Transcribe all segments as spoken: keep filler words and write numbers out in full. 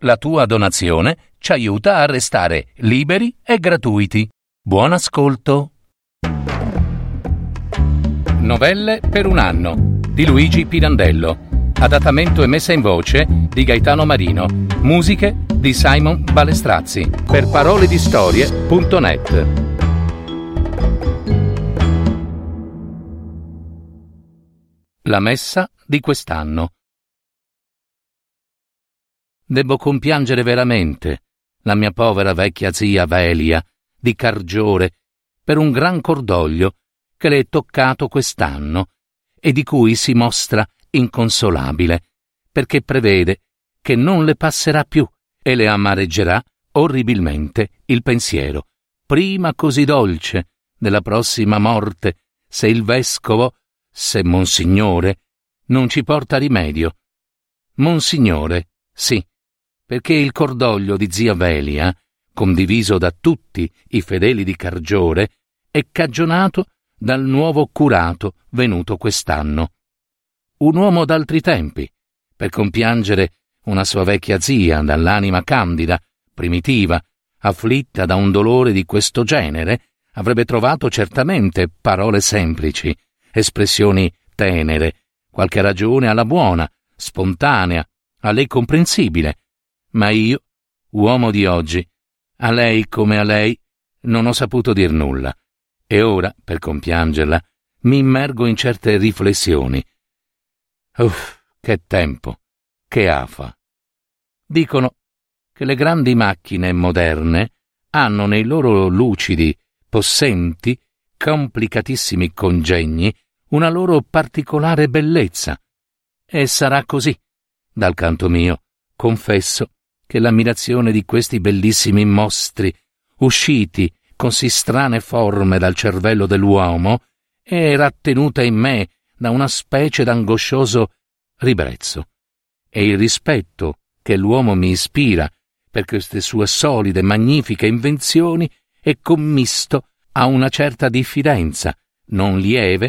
La tua donazione ci aiuta a restare liberi e gratuiti. Buon ascolto. Novelle per un anno di Luigi Pirandello. Adattamento e messa in voce di Gaetano Marino. Musiche di Simon Balestrazzi. Per paroledistorie punto net. La messa di quest'anno. Debbo compiangere veramente la mia povera vecchia zia Velia di Cargiore per un gran cordoglio che le è toccato quest'anno e di cui si mostra inconsolabile, perché prevede che non le passerà più e le amareggerà orribilmente il pensiero, prima così dolce, della prossima morte, se il vescovo, se Monsignore, non ci porta rimedio. Monsignore, sì, perché il cordoglio di zia Velia, condiviso da tutti i fedeli di Cargiore, è cagionato dal nuovo curato venuto quest'anno. Un uomo d'altri tempi, per compiangere una sua vecchia zia dall'anima candida, primitiva, afflitta da un dolore di questo genere, avrebbe trovato certamente parole semplici, espressioni tenere, qualche ragione alla buona, spontanea, a lei comprensibile. Ma io, uomo di oggi, a lei come a lei, non ho saputo dir nulla, e ora, per compiangerla, mi immergo in certe riflessioni. Uff, che tempo, che afa! Dicono che le grandi macchine moderne hanno nei loro lucidi, possenti, complicatissimi congegni una loro particolare bellezza. E sarà così. Dal canto mio, confesso che l'ammirazione di questi bellissimi mostri, usciti con sì strane forme dal cervello dell'uomo, è rattenuta in me da una specie d'angoscioso ribrezzo. E il rispetto che l'uomo mi ispira per queste sue solide, magnifiche invenzioni è commisto a una certa diffidenza, non lieve,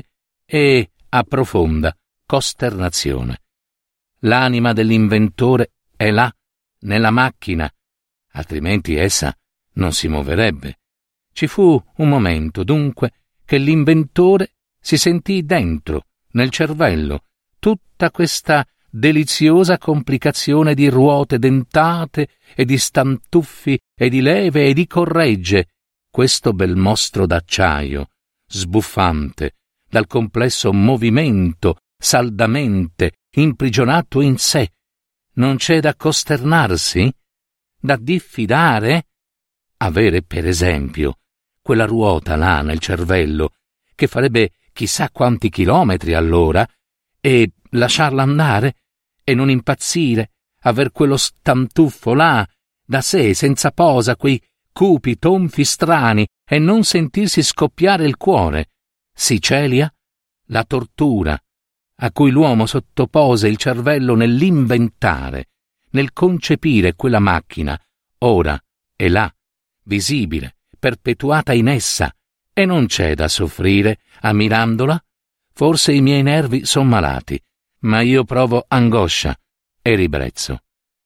e a profonda costernazione. L'anima dell'inventore è là, nella macchina, altrimenti essa non si muoverebbe. Ci fu un momento, dunque, che l'inventore si sentì dentro, nel cervello, tutta questa deliziosa complicazione di ruote dentate e di stantuffi e di leve e di corregge, questo bel mostro d'acciaio, sbuffante, dal complesso movimento, saldamente, imprigionato in sé. Non c'è da costernarsi? Da diffidare? Avere, per esempio, quella ruota là nel cervello, che farebbe chissà quanti chilometri all'ora, e lasciarla andare, e non impazzire, aver quello stantuffo là, da sé, senza posa, quei cupi tonfi strani, e non sentirsi scoppiare il cuore. Sicelia? La tortura a cui l'uomo sottopose il cervello nell'inventare, nel concepire quella macchina, ora è là, visibile, perpetuata in essa, e non c'è da soffrire ammirandola? Forse i miei nervi son malati, ma io provo angoscia e ribrezzo.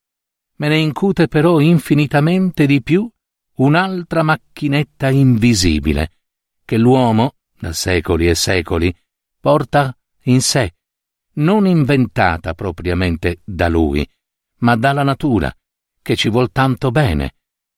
Me ne incute però infinitamente di più un'altra macchinetta invisibile, che l'uomo, da secoli e secoli, porta in sé, non inventata propriamente da lui, ma dalla natura, che ci vuol tanto bene.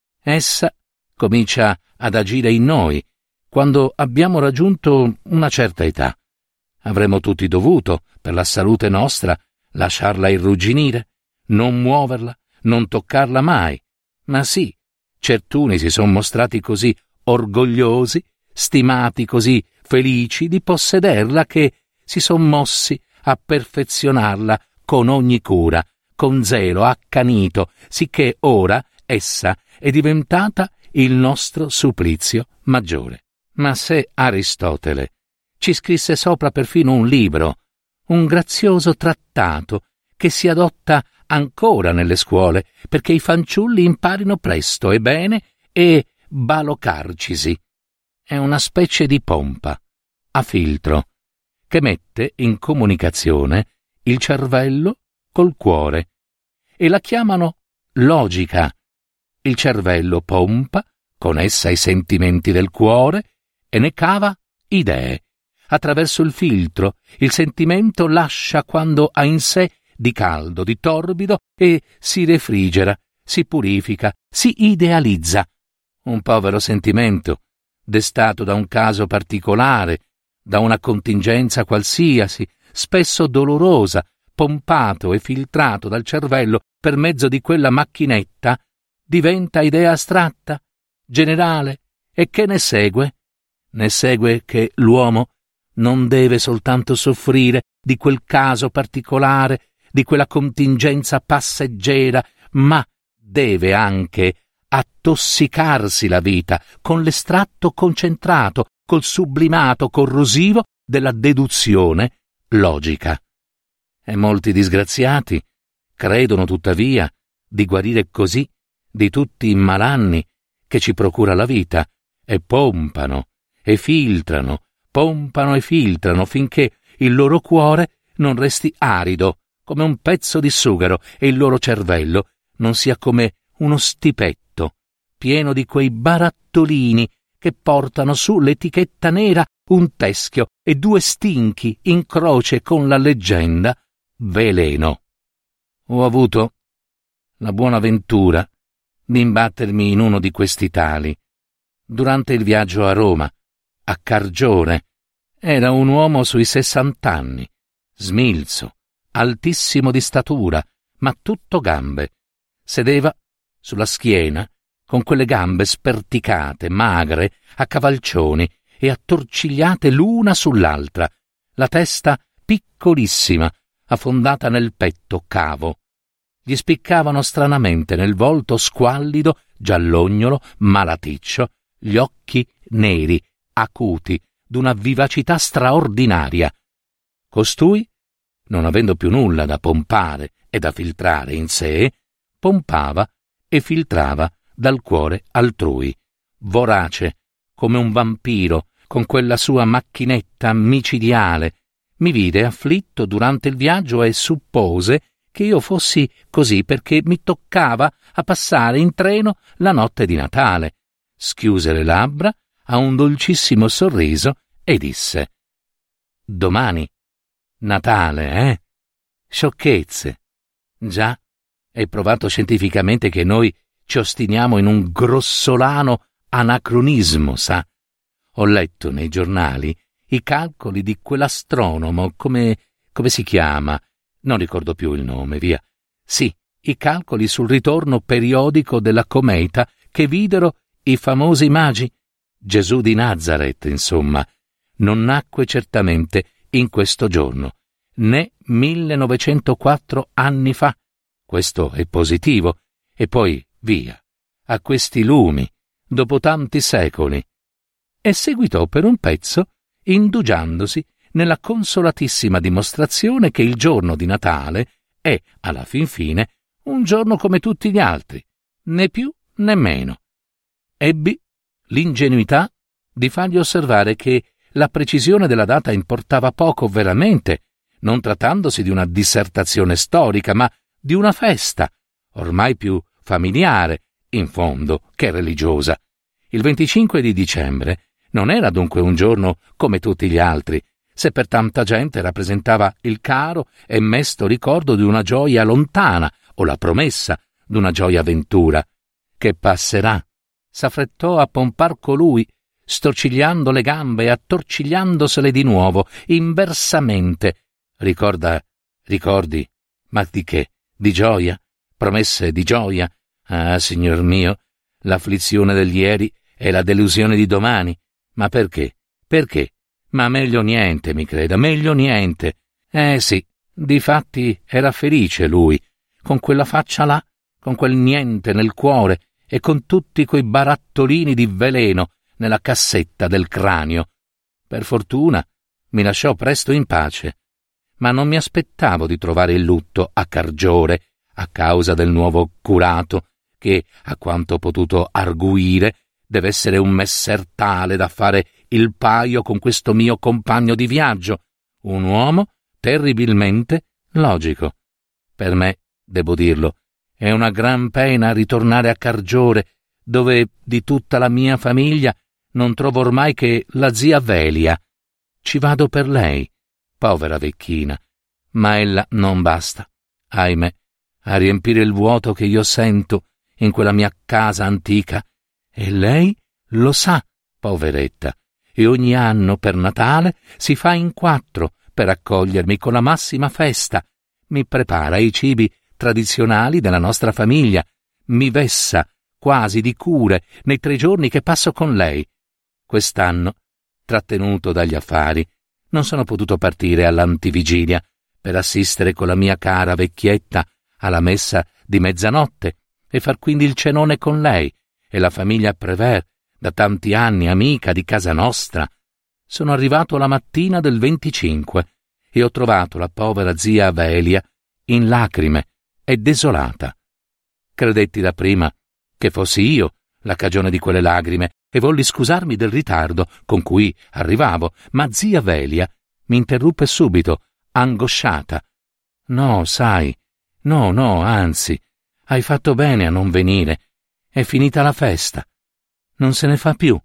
Essa comincia ad agire in noi quando abbiamo raggiunto una certa età. Avremmo tutti dovuto, per la salute nostra, lasciarla irrugginire, non muoverla, non toccarla mai. Ma sì, certuni si son mostrati così orgogliosi, stimati così felici di possederla, che si son mossi a perfezionarla con ogni cura, con zelo accanito, sicché ora essa è diventata il nostro supplizio maggiore. Ma se Aristotele ci scrisse sopra perfino un libro, un grazioso trattato che si adotta ancora nelle scuole perché i fanciulli imparino presto e bene e balocarcisi, è una specie di pompa a filtro che mette in comunicazione il cervello col cuore, e la chiamano logica. Il cervello pompa con essa i sentimenti del cuore e ne cava idee. Attraverso il filtro il sentimento lascia quando ha in sé di caldo, di torbido e si refrigera, si purifica, si idealizza. Un povero sentimento, destato da un caso particolare, da una contingenza qualsiasi, spesso dolorosa, pompato e filtrato dal cervello per mezzo di quella macchinetta, diventa idea astratta, generale, e che ne segue? Ne segue che l'uomo non deve soltanto soffrire di quel caso particolare, di quella contingenza passeggera, ma deve anche attossicarsi la vita con l'estratto concentrato, col sublimato corrosivo della deduzione logica. E molti disgraziati credono tuttavia di guarire così di tutti i malanni che ci procura la vita, e pompano e filtrano, pompano e filtrano finché il loro cuore non resti arido come un pezzo di sughero e il loro cervello non sia come uno stipetto pieno di quei barattolini che portano su l'etichetta nera un teschio e due stinchi in croce con la leggenda veleno. Ho avuto la buona ventura di imbattermi in uno di questi tali durante il viaggio a Roma, a Cargiore. Era un uomo sui sessant'anni, smilzo, altissimo di statura, ma tutto gambe. Sedeva sulla schiena, con quelle gambe sperticate, magre, a cavalcioni e attorcigliate l'una sull'altra, la testa piccolissima, affondata nel petto cavo. Gli spiccavano stranamente nel volto squallido, giallognolo, malaticcio, gli occhi neri, acuti, d'una vivacità straordinaria. Costui, non avendo più nulla da pompare e da filtrare in sé, pompava e filtrava dal cuore altrui, vorace, come un vampiro, con quella sua macchinetta micidiale. Mi vide afflitto durante il viaggio e suppose che io fossi così perché mi toccava a passare in treno la notte di Natale. Schiuse le labbra a un dolcissimo sorriso e disse: «Domani, Natale, eh? Sciocchezze. Già, è provato scientificamente che noi ci ostiniamo in un grossolano anacronismo, sa? Ho letto nei giornali i calcoli di quell'astronomo, come, come si chiama? Non ricordo più il nome, via. Sì, i calcoli sul ritorno periodico della cometa che videro i famosi magi. Gesù di Nazareth, insomma, non nacque certamente in questo giorno, né millenovecentoquattro anni fa. Questo è positivo. E poi, via, a questi lumi, dopo tanti secoli. E seguitò per un pezzo, indugiandosi nella consolatissima dimostrazione che il giorno di Natale è, alla fin fine, un giorno come tutti gli altri, né più né meno. Ebbi l'ingenuità di fargli osservare che la precisione della data importava poco veramente, non trattandosi di una dissertazione storica, ma di una festa, ormai più familiare, in fondo, che religiosa. Il venticinque di dicembre non era dunque un giorno come tutti gli altri, se per tanta gente rappresentava il caro e mesto ricordo di una gioia lontana o la promessa d'una gioia ventura. Che passerà? S'affrettò a pompar colui, storcigliando le gambe e attorcigliandosele di nuovo, inversamente. Ricorda, ricordi, ma di che? Di gioia? Promesse di gioia? Ah, signor mio, l'afflizione del ieri e la delusione di domani. Ma perché? Perché? Ma meglio niente, mi creda, meglio niente. Eh sì, difatti era felice lui, con quella faccia là, con quel niente nel cuore e con tutti quei barattolini di veleno nella cassetta del cranio. Per fortuna mi lasciò presto in pace, ma non mi aspettavo di trovare il lutto a Cargiore a causa del nuovo curato, che, a quanto ho potuto arguire, deve essere un messer tale da fare il paio con questo mio compagno di viaggio, un uomo terribilmente logico. Per me, devo dirlo, È una gran pena ritornare a Cargiore, dove di tutta la mia famiglia non trovo ormai che la zia Velia. Ci vado per lei, povera vecchina, ma ella non basta, ahimè, a riempire il vuoto che io sento in quella mia casa antica, e lei lo sa, poveretta, e ogni anno per Natale si fa in quattro per accogliermi con la massima festa, mi prepara i cibi tradizionali della nostra famiglia, mi vessa quasi di cure nei tre giorni che passo con lei. Quest'anno, trattenuto dagli affari, non sono potuto partire all'antivigilia per assistere con la mia cara vecchietta alla messa di mezzanotte e far quindi il cenone con lei e la famiglia Prévert, da tanti anni amica di casa nostra. Sono arrivato la mattina del venticinque e ho trovato la povera zia Velia in lacrime e desolata. Credetti dapprima che fossi io la cagione di quelle lagrime e volli scusarmi del ritardo con cui arrivavo, ma zia Velia mi interruppe subito, angosciata. No, sai, no, no, anzi, hai fatto bene a non venire. È finita la festa. Non se ne fa più.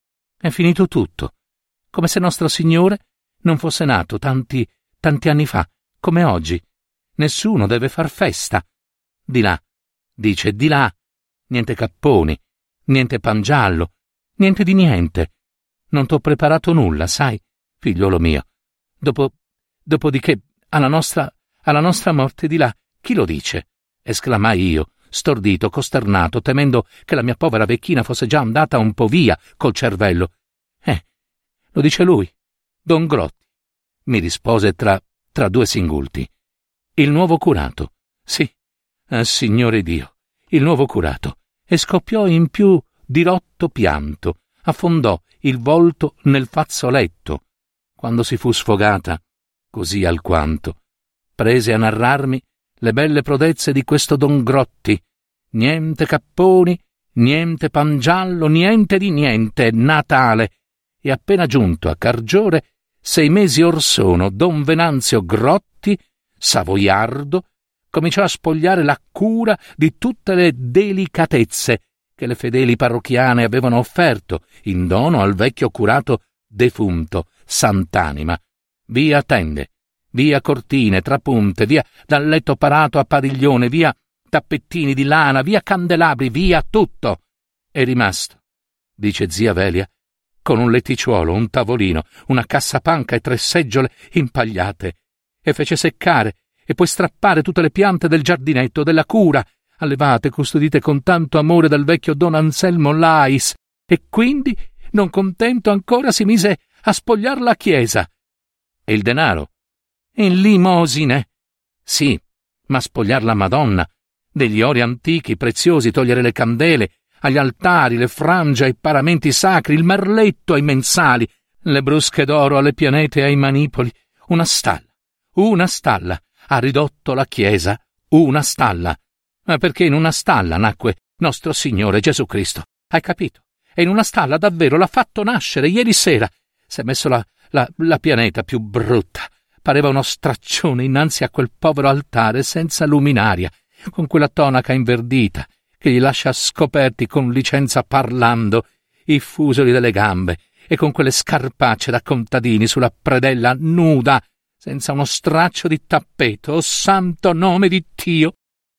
È finito tutto. Come se Nostro Signore non fosse nato tanti, tanti anni fa, come oggi. Nessuno deve far festa. Di là, dice, di là. Niente capponi, niente pangiallo, niente di niente. Non t'ho preparato nulla, sai, figliolo mio. Dopo, dopodiché, alla nostra, alla nostra morte di là, chi lo dice? Esclamai io, stordito, costernato, temendo che la mia povera vecchina fosse già andata un po' via col cervello. Eh, lo dice lui, Don Grotti, mi rispose tra, tra due singulti. Il nuovo curato, sì, ah, Signore Dio, il nuovo curato, e scoppiò in più dirotto pianto, affondò il volto nel fazzoletto. Quando si fu sfogata, così alquanto, prese a narrarmi le belle prodezze di questo Don Grotti. Niente capponi, niente pangiallo, niente di niente, Natale. E appena giunto a Cargiore, sei mesi or sono, Don Venanzio Grotti, savoiardo, cominciò a spogliare la cura di tutte le delicatezze che le fedeli parrocchiane avevano offerto in dono al vecchio curato defunto, Sant'Anima. Via tende, via cortine, trapunte, via dal letto parato a padiglione, via tappettini di lana, via candelabri, via tutto. È rimasto, dice zia Velia, con un letticciuolo, un tavolino, una cassapanca e tre seggiole impagliate, e fece seccare e poi strappare tutte le piante del giardinetto, della cura, allevate e custodite con tanto amore dal vecchio Don Anselmo Lais, e quindi, non contento ancora, si mise a spogliar la chiesa. E il denaro? In limosine. Sì, ma spogliar la Madonna, degli ori antichi, preziosi, togliere le candele, agli altari, le frange ai paramenti sacri, il merletto ai mensali, le brusche d'oro alle pianete e ai manipoli, una stalla, una stalla, ha ridotto la chiesa, una stalla. Ma perché in una stalla nacque nostro Signore Gesù Cristo, hai capito? E in una stalla davvero l'ha fatto nascere ieri sera. Si è messo la, la, la pianeta più brutta, pareva uno straccione innanzi a quel povero altare senza luminaria, con quella tonaca inverdita che gli lascia scoperti con licenza parlando i fusoli delle gambe e con quelle scarpacce da contadini sulla predella nuda, senza uno straccio di tappeto. Oh santo nome di Dio!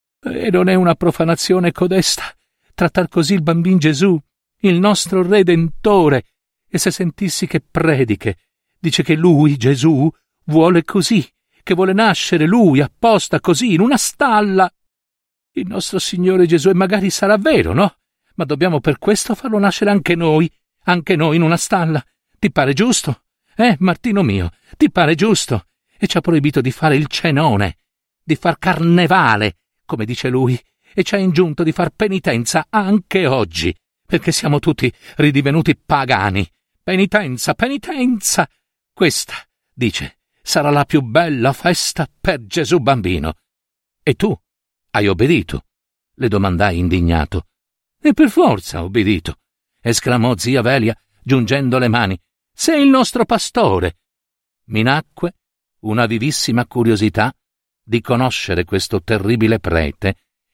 E non è una profanazione codesta trattar così il bambin Gesù, il nostro Redentore, e se sentissi che prediche, dice che lui, Gesù, vuole così, che vuole nascere lui apposta così, in una stalla. Il nostro Signore Gesù, e magari sarà vero, no? Ma dobbiamo per questo farlo nascere anche noi, anche noi in una stalla. Ti pare giusto? Eh, Martino mio, ti pare giusto? E ci ha proibito di fare il cenone, di far carnevale, come dice lui, e ci ha ingiunto di far penitenza anche oggi, perché siamo tutti ridivenuti pagani. Penitenza, penitenza! Questa, dice, sarà la più bella festa per Gesù bambino. E tu hai obbedito? Le domandai indignato. E per forza ho obbedito, esclamò zia Velia, giungendo le mani. Sei il nostro pastore. Mi nacque una vivissima curiosità di conoscere questo terribile prete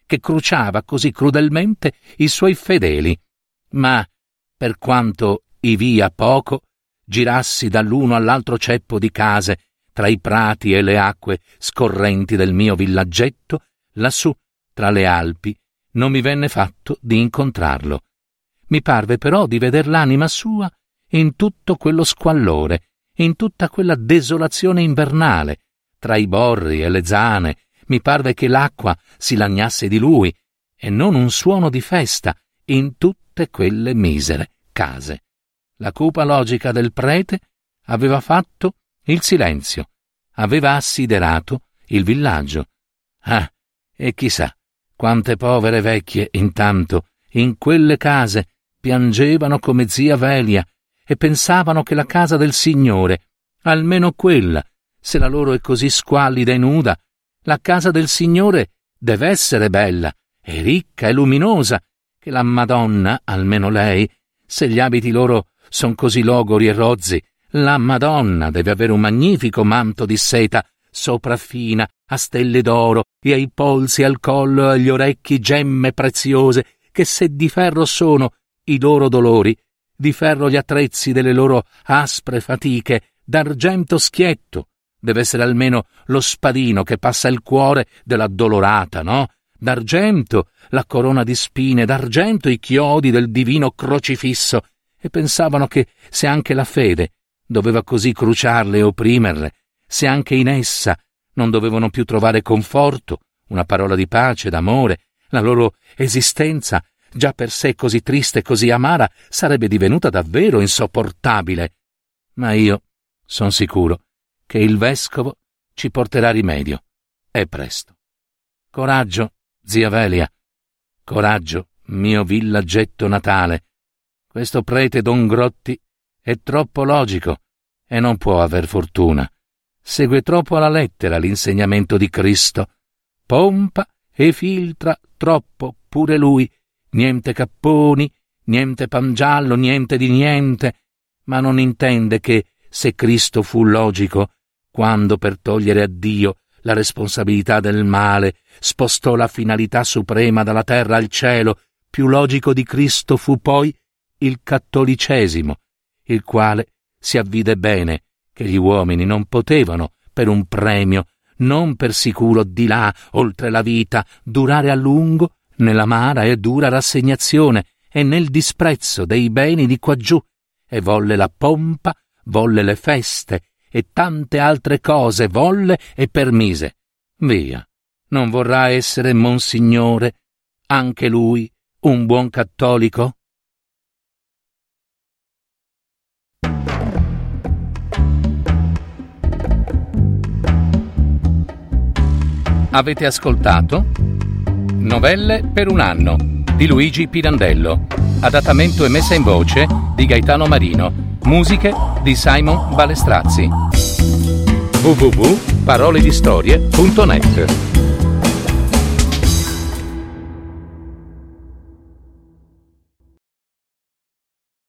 che cruciava così crudelmente i suoi fedeli. Ma, per quanto i via poco, girassi dall'uno all'altro ceppo di case, tra i prati e le acque scorrenti del mio villaggetto, lassù, tra le Alpi, non mi venne fatto di incontrarlo. Mi parve però di veder l'anima sua in tutto quello squallore, in tutta quella desolazione invernale, tra i borri e le zane. Mi parve che l'acqua si lagnasse di lui, e non un suono di festa in tutte quelle misere case. La cupa logica del prete aveva fatto il silenzio, aveva assiderato il villaggio. Ah, e chissà quante povere vecchie intanto in quelle case piangevano come zia Velia e pensavano che la casa del Signore, almeno quella, se la loro è così squallida e nuda, la casa del Signore deve essere bella e ricca e luminosa, che la Madonna, almeno lei, se gli abiti loro son così logori e rozzi, la Madonna deve avere un magnifico manto di seta sopraffina a stelle d'oro e ai polsi, al collo e agli orecchi gemme preziose, che se di ferro sono i loro dolori, di ferro gli attrezzi delle loro aspre fatiche, d'argento schietto deve essere almeno lo spadino che passa il cuore dell'addolorata, no? D'argento la corona di spine, d'argento i chiodi del divino crocifisso, e pensavano che se anche la fede doveva così cruciarle e opprimerle, se anche in essa non dovevano più trovare conforto, una parola di pace, d'amore, la loro esistenza, già per sé così triste e così amara, sarebbe divenuta davvero insopportabile. Ma io son sicuro che il vescovo ci porterà rimedio, e presto. Coraggio, zia Velia, coraggio, mio villaggetto natale. Questo prete Don Grotti è troppo logico e non può aver fortuna. Segue troppo alla lettera l'insegnamento di Cristo. Pompa e filtra troppo pure lui. Niente capponi, niente pangiallo, niente di niente. Ma non intende che, se Cristo fu logico, quando per togliere a Dio la responsabilità del male spostò la finalità suprema dalla terra al cielo, più logico di Cristo fu poi il cattolicesimo, il quale si avvide bene che gli uomini non potevano, per un premio, non per sicuro di là, oltre la vita, durare a lungo nell'amara e dura rassegnazione e nel disprezzo dei beni di quaggiù, e volle la pompa, volle le feste e tante altre cose volle e permise. Via, non vorrà essere Monsignore, anche lui, un buon cattolico? Avete ascoltato Novelle per un anno di Luigi Pirandello, adattamento e messa in voce di Gaetano Marino, musiche di Simon Balestrazzi. w w w punto paroledistorie punto net